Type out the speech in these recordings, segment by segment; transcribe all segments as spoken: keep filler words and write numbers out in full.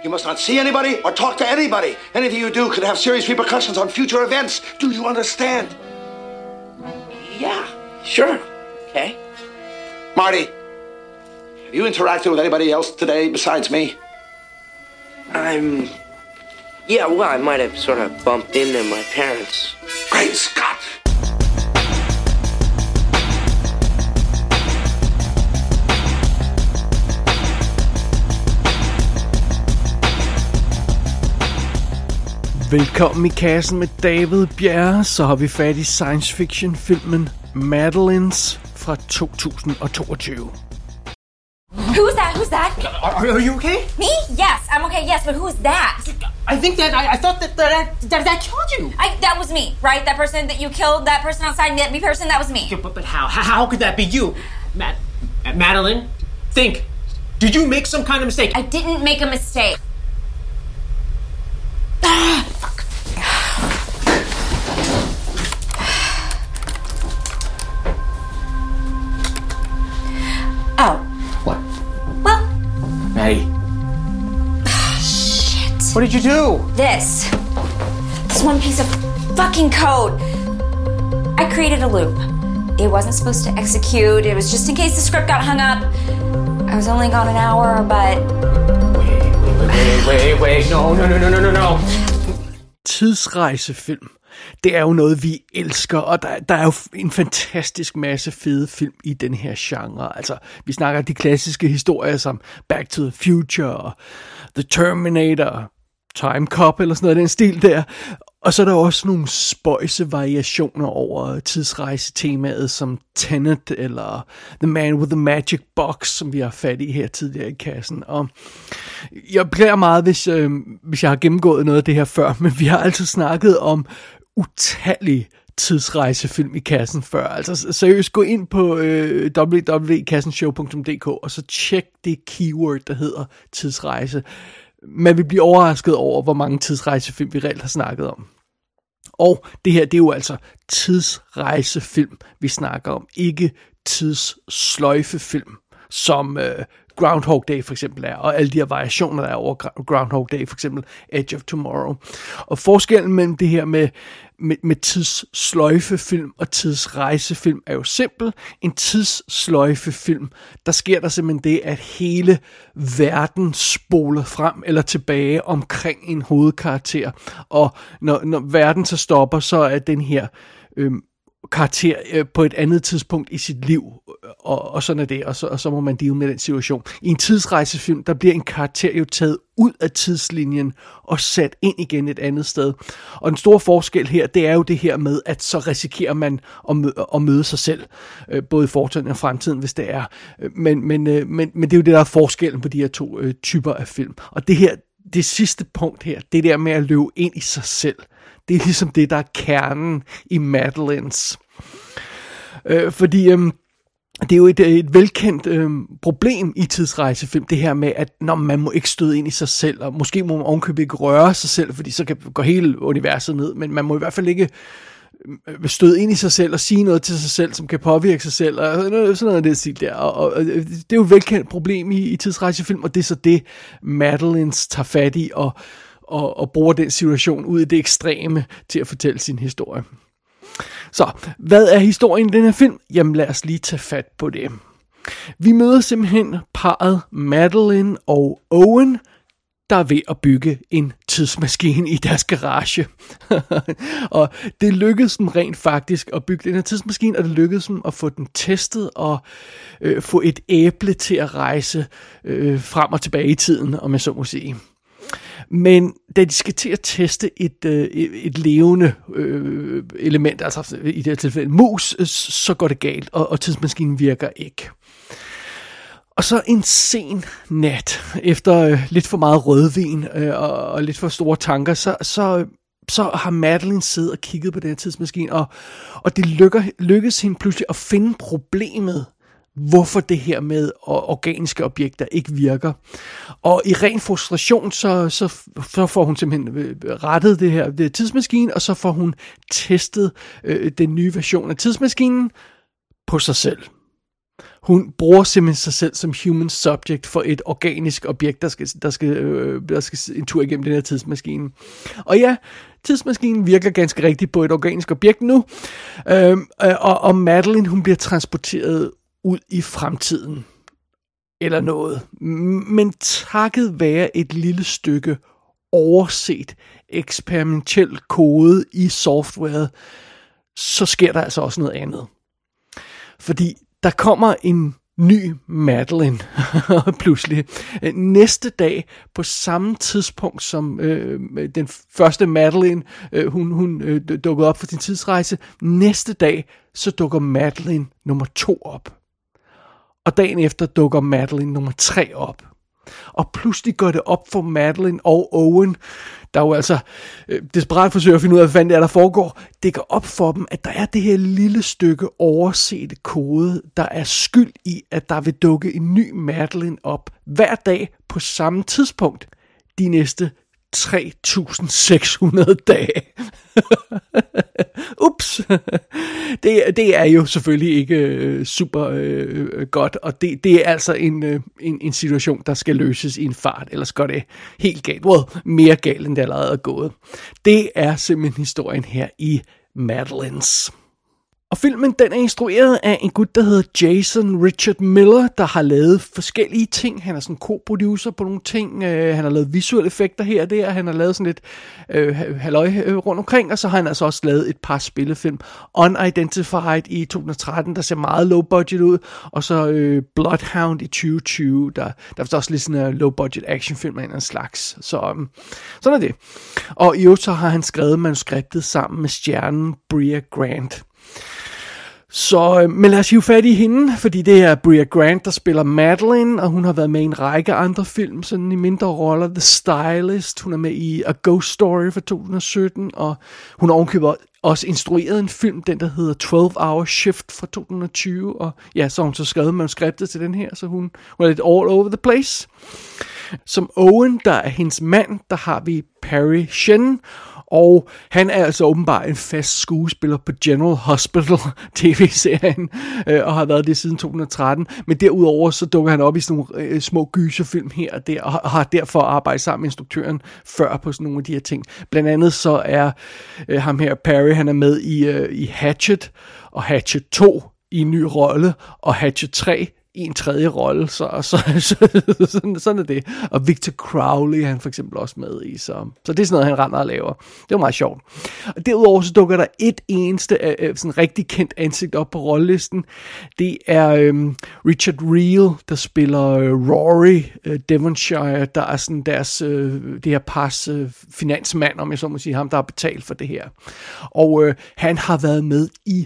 You must not see anybody or talk to anybody. Anything you do could have serious repercussions on future events. Do you understand? Yeah, sure. Okay. Marty, have you interacted with anybody else today besides me? I'm... Yeah, well, I might have sort of bumped into my parents. Great Scott! Velkommen i kassen med David Bjerre, så har vi fat i science fiction filmen Madeleines fra to tusind og toogtyve. Who's that? Who's that? Are, are you okay? Me? Yes, I'm okay. Yes, but who's that? I think that I, I thought that that, that that killed you. I, that was me, right? That person that you killed, that person outside, that me person, that was me. Yeah, but but how? how? How could that be you, Matt? Madeline? Think. Did you make some kind of mistake? I didn't make a mistake. Ah, fuck. Oh. What? Well. Maddie. Shit. What did you do? This. This one piece of fucking code. I created a loop. It wasn't supposed to execute. It was just in case the script got hung up. I was only gone an hour, but... Wait, wait, wait, wait, wait. No, no, no, no, no, no, no. Tidsrejsefilm. Det er jo noget, vi elsker, og der, der er jo en fantastisk masse fede film i den her genre. Altså, vi snakker de klassiske historier som Back to the Future, og The Terminator, Time Cop eller sådan noget, den stil der. Og så er der også nogle spøjse variationer over tidsrejsetemaet, som Tenet eller The Man with the Magic Box, som vi har fat i her tidligere i kassen. Og jeg beklager meget, hvis, øh, hvis jeg har gennemgået noget af det her før, men vi har altså snakket om utallige tidsrejsefilm i kassen før. Altså seriøst, gå ind på øh, w w w punktum kassenshow punktum d k og så tjek det keyword, der hedder tidsrejse. Man vil blive overrasket over, hvor mange tidsrejsefilm vi reelt har snakket om. Og det her, det er jo altså tidsrejsefilm, vi snakker om. Ikke tidssløjfefilm, som øh, Groundhog Day for eksempel er, og alle de her variationer, der er over Groundhog Day, for eksempel Edge of Tomorrow. Og forskellen mellem det her med, med, med tidssløjfefilm og tidsrejsefilm er jo simpel. En tidssløjfefilm, der sker der simpelthen det, at hele verden spoler frem eller tilbage omkring en hovedkarakter. Og når, når verden så stopper, så er den her... Øh, karakter øh, på et andet tidspunkt i sit liv, og, og sådan er det, og så, og så må man deal med den situation. I en tidsrejsefilm, der bliver en karakter jo taget ud af tidslinjen og sat ind igen et andet sted. Og den store forskel her, det er jo det her med, at så risikerer man at møde, at møde sig selv, øh, både i fortiden og fremtiden, hvis det er. Men, men, øh, men, men det er jo det, der er forskellen på de her to øh, typer af film. Og det her, det sidste punkt her, det der med at løbe ind i sig selv, det er ligesom det, der er kernen i Madeleines. Øh, fordi øh, det er jo et, et velkendt øh, problem i tidsrejsefilm, det her med, at når man må ikke støde ind i sig selv, og måske må man ovenkøbet ikke røre sig selv, fordi så kan gå hele universet ned, men man må i hvert fald ikke støde ind i sig selv og sige noget til sig selv, som kan påvirke sig selv, og sådan noget, sådan noget af det stil der. Og, og, og det er jo et velkendt problem i, i tidsrejsefilm, og det er så det, Madeleines tager fat i, og Og, og bruger den situation ud i det ekstreme til at fortælle sin historie. Så, hvad er historien i den her film? Jamen lad os lige tage fat på det. Vi møder simpelthen parret Madeleine og Owen, der er ved at bygge en tidsmaskine i deres garage. Og det lykkedes dem rent faktisk at bygge den her tidsmaskine, og det lykkedes dem at få den testet og øh, få et æble til at rejse øh, frem og tilbage i tiden, om jeg så må sige. Men da de skal til at teste et, øh, et levende øh, element, altså i det her tilfælde mus, så går det galt, og, og tidsmaskinen virker ikke. Og så en sen nat, efter øh, lidt for meget rødvin øh, og, og lidt for store tanker, så, så, så har Madeleine siddet og kigget på den her tidsmaskine, og, og det lykker, lykkes hende pludselig at finde problemet, hvorfor det her med organiske objekter ikke virker. Og i ren frustration, så, så, så får hun simpelthen rettet det her det tidsmaskine, og så får hun testet øh, den nye version af tidsmaskinen på sig selv. Hun bruger simpelthen sig selv som human subject for et organisk objekt, der skal, der skal, øh, der skal en tur igennem den her tidsmaskine. Og ja, tidsmaskinen virker ganske rigtigt på et organisk objekt nu. Øh, og, og Madeline, hun bliver transporteret ud i fremtiden. Eller noget. Men takket være et lille stykke overset eksperimentel kode i softwaret, så sker der altså også noget andet. Fordi der kommer en ny Madeline pludselig. Næste dag, på samme tidspunkt som øh, den første Madeline, øh, hun, hun øh, dukkede op for sin tidsrejse, næste dag, så dukker Madeline nummer to op. Og dagen efter dukker Madeline nummer tre op. Og pludselig går det op for Madeline og Owen, der jo altså øh, desperat forsøger at finde ud af, hvad det er, der foregår. Det går op for dem, at der er det her lille stykke oversete kode, der er skyld i, at der vil dukke en ny Madeline op hver dag på samme tidspunkt de næste tre tusind seks hundrede dage. Ups. det, det er jo selvfølgelig ikke øh, super øh, godt, og det, det er altså en, øh, en, en situation, der skal løses i en fart, ellers går det helt galt. Well, mere galt, end det allerede er gået. Det er simpelthen historien her i Madelines. Og filmen, den er instrueret af en gut, der hedder Jason Richard Miller, der har lavet forskellige ting. Han er sådan co-producer på nogle ting. Øh, han har lavet visuelle effekter her og der. Han har lavet sådan lidt øh, halløj øh, rundt omkring. Og så har han altså også lavet et par spillefilm. Unidentified i to tusind og tretten, der ser meget low budget ud. Og så øh, Bloodhound i tyve tyve, der, der er også lidt sådan en low budget actionfilm af en slags. Så um, sådan er det. Og i øvrigt så har han skrevet manuskriptet sammen med stjernen Brea Grant. Så, men lad os hive fat i hende, fordi det er Brea Grant, der spiller Madeline, og hun har været med i en række andre film, sådan i mindre roller. The Stylist, hun er med i A Ghost Story fra to tusind og sytten, og hun har ovenkøbet også instrueret en film, den der hedder twelve hour Shift fra to tusind og tyve, og ja, så har hun så skrevet manuskriptet til den her, så hun, hun er lidt all over the place. Som Owen, der er hendes mand, der har vi Perry Shen, og han er altså åbenbart en fast skuespiller på General Hospital tv-serien, øh, og har været det siden to tusind og tretten. Men derudover så dukker han op i sådan nogle øh, små gyserfilm her og der, og har derfor arbejdet sammen med instruktøren før på sådan nogle af de her ting. Blandt andet så er øh, ham her, Perry, han er med i, øh, i Hatchet, og Hatchet to i en ny rolle, og Hatchet tre i en tredje rolle, så, så, så sådan, sådan er det. Og Victor Crowley er han for eksempel også med i, så, så det er sådan noget, han render og laver. Det var meget sjovt. Og derudover så dukker der et eneste uh, sådan rigtig kendt ansigt op på rollelisten. Det er um, Richard Reel, der spiller uh, Rory uh, Devonshire, der er sådan deres, uh, det her pars uh, finansmand, om jeg så må sige, ham der har betalt for det her. Og uh, han har været med i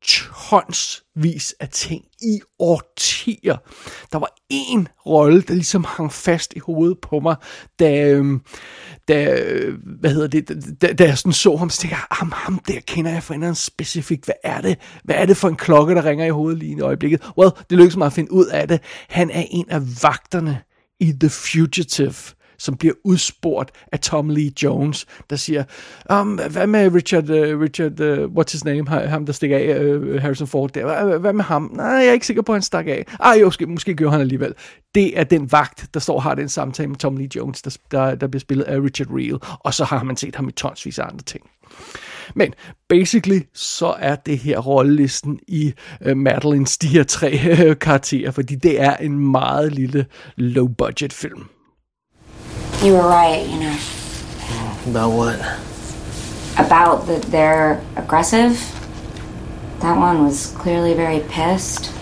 tonsvis af ting i årtier. Der var en rolle, der ligesom hang fast i hovedet på mig, da, da hvad hedder det, da, da jeg sådan så ham, så tænkte jeg, ham, ham der kender jeg for en eller anden specifik. Hvad er det? Hvad er det for en klokke, der ringer i hovedet lige i øjeblikket? Well, det lykkedes mig at finde ud af det. Han er en af vagterne i The Fugitive, som bliver udspurgt af Tom Lee Jones, der siger, um, hvad med Richard, uh, Richard uh, what's his name, ham der stikker af, uh, Harrison Ford der, hvad, hvad med ham? Nej, jeg er ikke sikker på, at han stak af. Ah, jo, måske, måske gjorde han alligevel. Det er den vagt, der står og har den samtale med Tom Lee Jones, der, der, der bliver spillet af Richard Reel, og så har man set ham i tonsvis af andre ting. Men basically, så er det her rollelisten i uh, Madelines, de her tre uh, karakterer, fordi det er en meget lille low-budget film. You were right, you know. About what? About that they're aggressive. That one was clearly very pissed.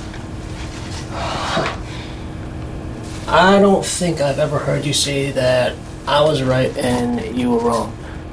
I don't think I've ever heard you say that I was right and you were wrong.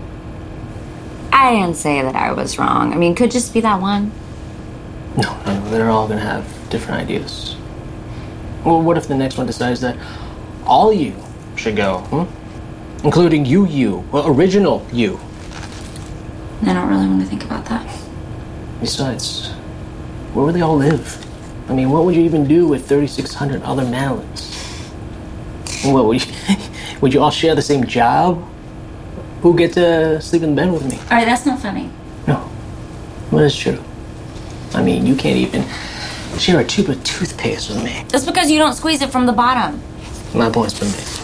I didn't say that I was wrong. I mean, could just be that one. No, no, they're all gonna have different ideas. Well, what if the next one decides that all you should go, hmm? Including you, you, well, original you. I don't really want to think about that. Besides, where would they all live? I mean, what would you even do with thirty-six hundred other Madelines? What would you, would you all share the same job? Who get to sleep in bed with me? All right, that's not funny. No, well, that's true. I mean, you can't even share a tube of toothpaste with me. That's because you don't squeeze it from the bottom. My point's been made.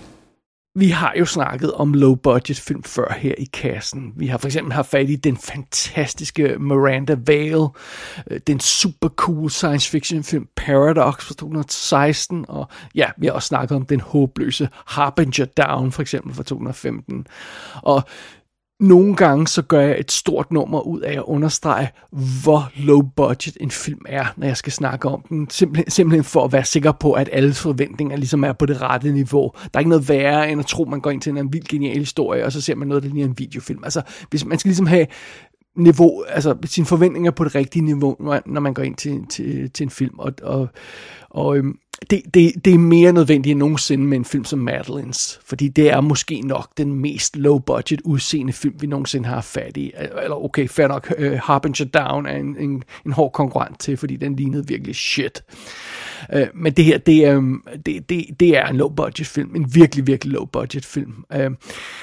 Vi har jo snakket om low-budget film før her i kassen. Vi har for eksempel haft fat i den fantastiske Miranda Vale, den super cool science fiction film Paradox fra to tusind og seksten, og ja, vi har også snakket om den håbløse Harbinger Down for eksempel fra to tusind og femten. Og nogle gange så gør jeg et stort nummer ud af at understrege, hvor low budget en film er, når jeg skal snakke om den. Simpelthen, simpelthen for at være sikker på, at alle forventninger ligesom er på det rette niveau. Der er ikke noget værre, end at tro, man går ind til en vild genial historie, og så ser man noget, der ligner en videofilm. Altså, hvis man skal ligesom have niveau, altså sine forventninger på det rigtige niveau, når man går ind til, til, til en film. Og, og, og øhm, det, det, det er mere nødvendigt end nogensinde med en film som Madeleines, fordi det er måske nok den mest low-budget udseende film, vi nogensinde har fat i. Eller okay, fair nok, uh, Harbinger Down er en, en, en hård konkurrent til, fordi den lignede virkelig shit. Uh, men det her, det er, um, det, det, det er en low-budget film, en virkelig, virkelig low-budget film. Uh,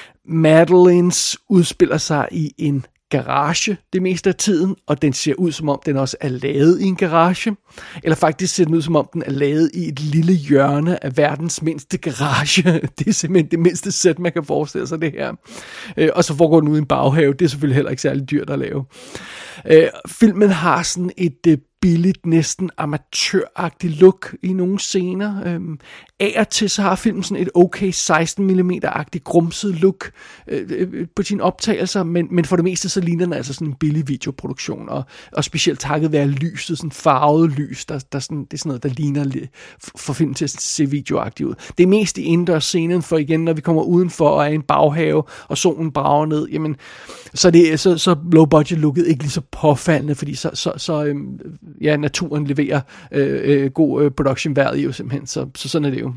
Madeleines udspiller sig i en garage det meste af tiden, og den ser ud som om den også er lavet i en garage, eller faktisk ser den ud som om den er lavet i et lille hjørne af verdens mindste garage. Det er simpelthen det mindste sæt, man kan forestille sig det her. Øh, og så foregår den ude i en baghave. Det er selvfølgelig heller ikke særlig dyrt at lave. Øh, filmen har sådan et øh, billigt, næsten amatøragtigt look i nogle scener. Øhm, af og til så har filmen sådan et okay seksten millimeter-agtigt grumset look øh, øh, på sine optagelser, men, men for det meste så ligner den altså sådan en billig videoproduktion, og, og specielt takket være lyset, sådan farvet lys, der, der sådan, det er sådan noget, der ligner for filmen til at se videoagtigt ud. Det er mest i indendørs scenen, for igen, når vi kommer udenfor og er i en baghave, og solen brager ned, jamen, så, det, så, så low-budget looket ikke lige så påfaldende, fordi så, så, så øhm, ja, naturen leverer øh, øh, god øh, production value simpelthen, så, så sådan er det jo.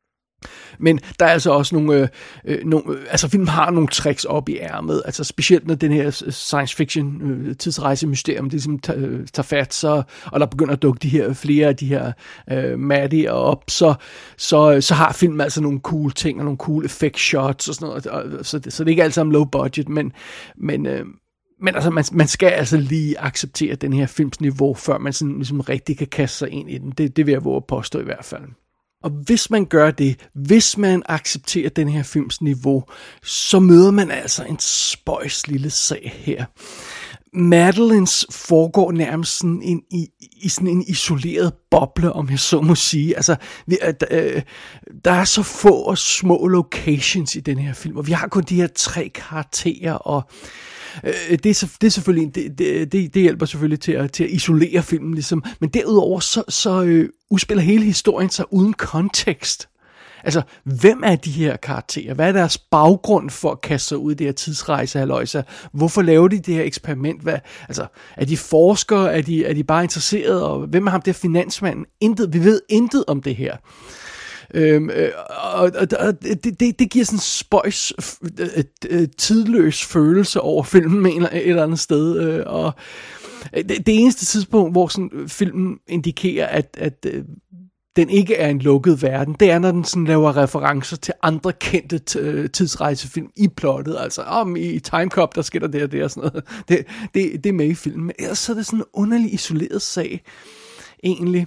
Men der er altså også nogle, øh, nogle øh, altså filmen har nogle tricks op i ærmet, altså specielt når den her science fiction øh, tidsrejsemysterium, det ligesom tager, tager fat, så, og der begynder at dukke de her, flere af de her øh, Maddie op, så, så, så har filmen altså nogle cool ting, og nogle cool effect shots og sådan noget, og, så, det, så det er ikke alt sammen low budget, men, men øh, Men altså, man, man skal altså lige acceptere den her films niveau, før man sådan, ligesom rigtig kan kaste sig ind i den. Det, det vil jeg våge at påstå i hvert fald. Og hvis man gør det, hvis man accepterer den her films niveau, så møder man altså en spøjs lille sag her. Madeleines foregår nærmest sådan en, i, i sådan en isoleret boble, om jeg så må sige. Altså, vi, øh, der er så få og små locations i den her film, og vi har kun de her tre karakterer, og Det er, det er selvfølgelig det, det, det hjælper selvfølgelig til at, til at isolere filmen ligesom, men derudover så, så øh, udspiller hele historien sig uden kontekst. Altså, hvem er de her karakterer? Hvad er deres baggrund for at kaste sig ud i det her tidsrejse-halløjse? Hvorfor laver de det her eksperiment? Hvad, altså, er de forskere? Er de, er de bare interesserede? Og hvem er ham der finansmanden? Intet, vi ved intet om det her. Øhm, og, og, og det, det, det giver sådan en spøjs øh, tidløs følelse over filmen et eller, et eller andet sted, øh, og det, det eneste tidspunkt, hvor sådan filmen indikerer, at, at øh, den ikke er en lukket verden, det er, når den sådan laver referencer til andre kendte t- tidsrejsefilm i plottet, altså om i Time Cop, der sker der det og det og sådan noget. Det, det, det er med i filmen, men ellers så er det sådan en underlig isoleret sag, egentlig.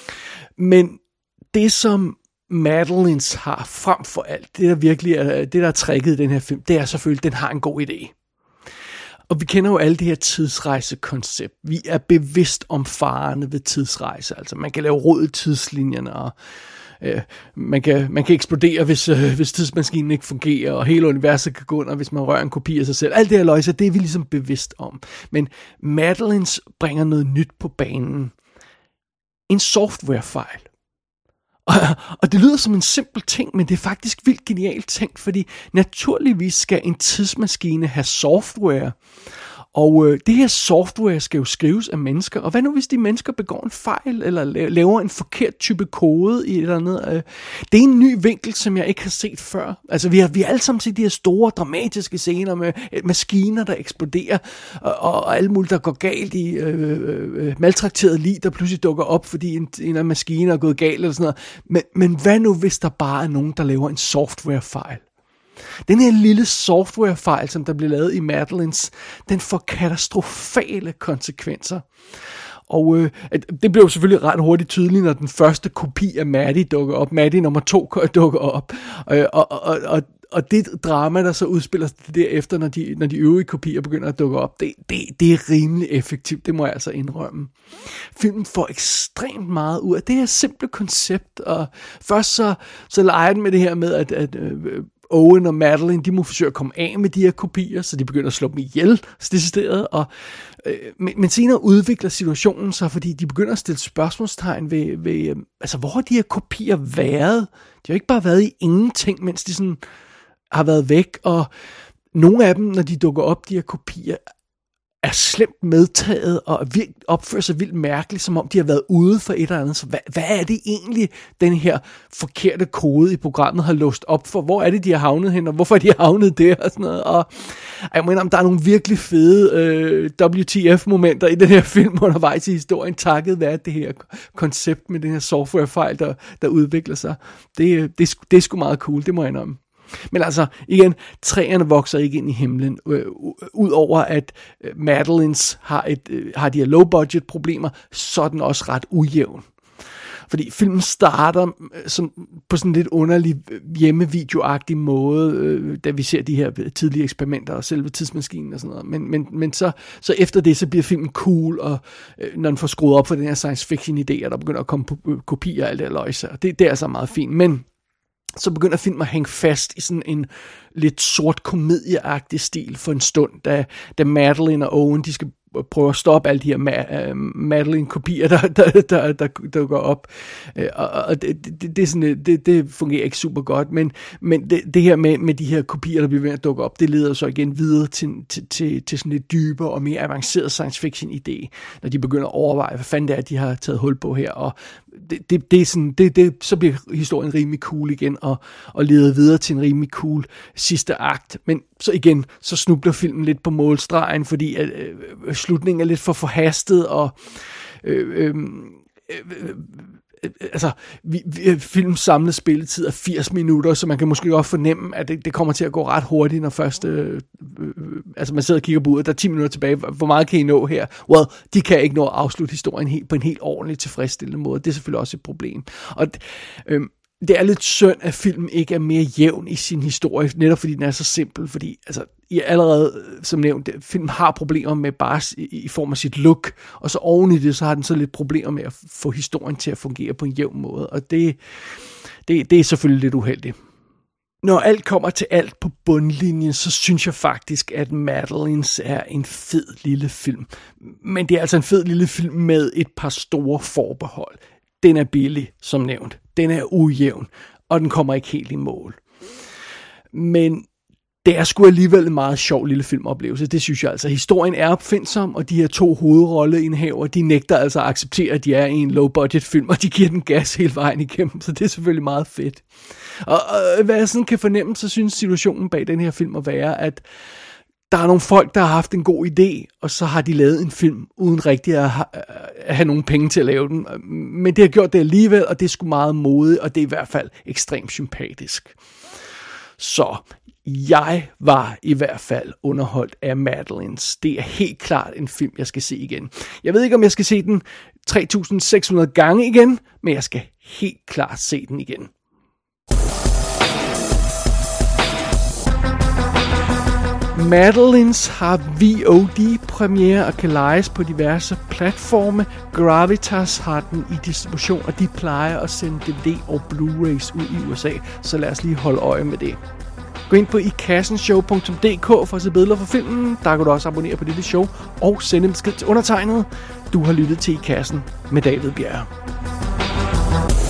Men det, som Madeleines har frem for alt, det der virkelig er, det der er tricket i den her film, det er selvfølgelig, at den har en god idé. Og vi kender jo alle det her tidsrejsekoncept. Vi er bevidst om farerne ved tidsrejse. Altså man kan lave rod i tidslinjerne, og øh, man, kan, man kan eksplodere, hvis, øh, hvis tidsmaskinen ikke fungerer, og hele universet kan gå under, hvis man rører en kopi af sig selv. Alt det her løjse, det er vi ligesom bevidst om. Men Madeleines bringer noget nyt på banen. En softwarefejl. Og, og det lyder som en simpel ting, men det er faktisk vildt genialt tænkt, fordi naturligvis skal en tidsmaskine have software, og øh, det her software skal jo skrives af mennesker, og hvad nu hvis de mennesker begår en fejl, eller laver en forkert type kode i et eller andet? Øh, det er en ny vinkel, som jeg ikke har set før. Altså vi har, vi har alle sammen set de her store, dramatiske scener med maskiner, der eksploderer, og, og alt muligt, der går galt i øh, øh, maltrakteret lig, der pludselig dukker op, fordi en, en af maskiner er gået galt, eller sådan noget. Men, men hvad nu hvis der bare er nogen, der laver en softwarefejl? Den her lille softwarefejl, som der blev lavet i Madeleines, den får katastrofale konsekvenser. Og øh, det blev selvfølgelig ret hurtigt tydeligt, når den første kopi af Maddie dukker op. Maddie nummer to dukker op. Øh, og, og, og, og det drama, der så udspiller sig derefter, når de, når de øvrige kopier begynder at dukke op, det, det, det er rimelig effektivt, det må jeg altså indrømme. Filmen får ekstremt meget ud af det her simple koncept, og først så, så leger den med det her med, at, at øh, Owen og Madeline, de må forsøge at komme af med de her kopier, så de begynder at slå dem ihjel, decideret, og øh, men, men senere udvikler situationen sig, fordi de begynder at stille spørgsmålstegn ved, ved øh, altså hvor har de her kopier været? De har ikke bare været i ingenting, mens de sådan har været væk, og nogle af dem, når de dukker op, de her kopier, er slemt medtaget og opfører sig vildt mærkeligt, som om de har været ude for et eller andet. Så hvad, hvad er det egentlig, den her forkerte kode i programmet har låst op for? Hvor er det, de har havnet hen, og hvorfor er de havnet der? Og sådan noget. Og jeg mener, om der er nogle virkelig fede øh, W T F-momenter i den her film undervejs i historien, takket være det her koncept med den her softwarefejl, der, der udvikler sig. Det, det, det er sgu meget cool, det må jeg indrømme. Men altså, igen, træerne vokser ikke ind i himlen, øh, udover at øh, Madelines har, et, øh, har de her low-budget problemer, så er den også ret ujævn. Fordi filmen starter som, på sådan en lidt underlig hjemmevideoagtig måde, øh, da vi ser de her tidlige eksperimenter og selve tidsmaskinen og sådan noget. Men, men, men så, så efter det, så bliver filmen cool, og øh, når den får skruet op for den her science fiction idé, og der begynder at komme kopier og alt det her løjse, og det, det er altså meget fint. Men så begynder filmen at hænge fast i sådan en lidt sort komedieagtig stil for en stund, da, da Madeline og Owen, de skal prøve at stoppe alle de her Ma- uh, Madeline-kopier, der, der, der, der, der går op. Uh, og det, det, det, er sådan, det, det fungerer ikke super godt, men, men det, det her med, med de her kopier, der bliver ved at dukke op, det leder så igen videre til, til, til, til sådan lidt dybere og mere avanceret science fiction idé, når de begynder at overveje, hvad fanden det er, de har taget hul på her, og det, det, det er sådan, det, det, så bliver historien rimelig cool igen, og, og leder videre til en rimelig cool sidste akt, men så igen, så snubler filmen lidt på målstregen, fordi at, øh, slutningen er lidt for forhastet, og øh, øh, øh, øh, altså, vi, vi, filmens samlede spilletid er firs minutter, så man kan måske godt fornemme, at det, det kommer til at gå ret hurtigt, når først, øh, øh, altså man sidder og kigger på uret, der er ti minutter tilbage, hvor meget kan I nå her? Well, de kan ikke nå at afslutte historien helt, på en helt ordentlig, tilfredsstillende måde, det er selvfølgelig også et problem. Og øh, det er lidt synd, at filmen ikke er mere jævn i sin historie, netop fordi den er så simpel, fordi altså, I allerede, som nævnt, filmen har problemer med bare i, i form af sit look, og så oven i det, så har den så lidt problemer med at få historien til at fungere på en jævn måde, og det, det, det er selvfølgelig lidt uheldigt. Når alt kommer til alt på bundlinjen, så synes jeg faktisk, at Madelines er en fed lille film. Men det er altså en fed lille film med et par store forbehold. Den er billig, som nævnt. Den er ujævn, og den kommer ikke helt i mål. Men det er sgu alligevel en meget sjov lille filmoplevelse, det synes jeg altså. Historien er opfindsom, og de her to hovedrolleindhaver, de nægter altså at acceptere, at de er i en low-budget film, og de giver den gas hele vejen igennem, så det er selvfølgelig meget fedt. Og, og hvad jeg sådan kan fornemme, så synes situationen bag den her film at være, at der er nogle folk, der har haft en god idé, og så har de lavet en film, uden rigtig at, ha- at have nogle penge til at lave den. Men det har gjort det alligevel, og det er sgu meget modigt, og det er i hvert fald ekstremt sympatisk. Så jeg var i hvert fald underholdt af Madelines. Det er helt klart en film, jeg skal se igen. Jeg ved ikke, om jeg skal se den tre tusind seks hundrede gange igen, men jeg skal helt klart se den igen. Madelines har V O D-premiere og kan lejes på diverse platforme. Gravitas har den i distribution, og de plejer at sende D V D og Blu-rays ud i U S A, så lad os lige holde øje med det. Gå ind på i kassen show punktum d k for at se billeder fra filmen. Der kan du også abonnere på dette show og sende en besked til undertegnet. Du har lyttet til I Kassen med David Bjerre.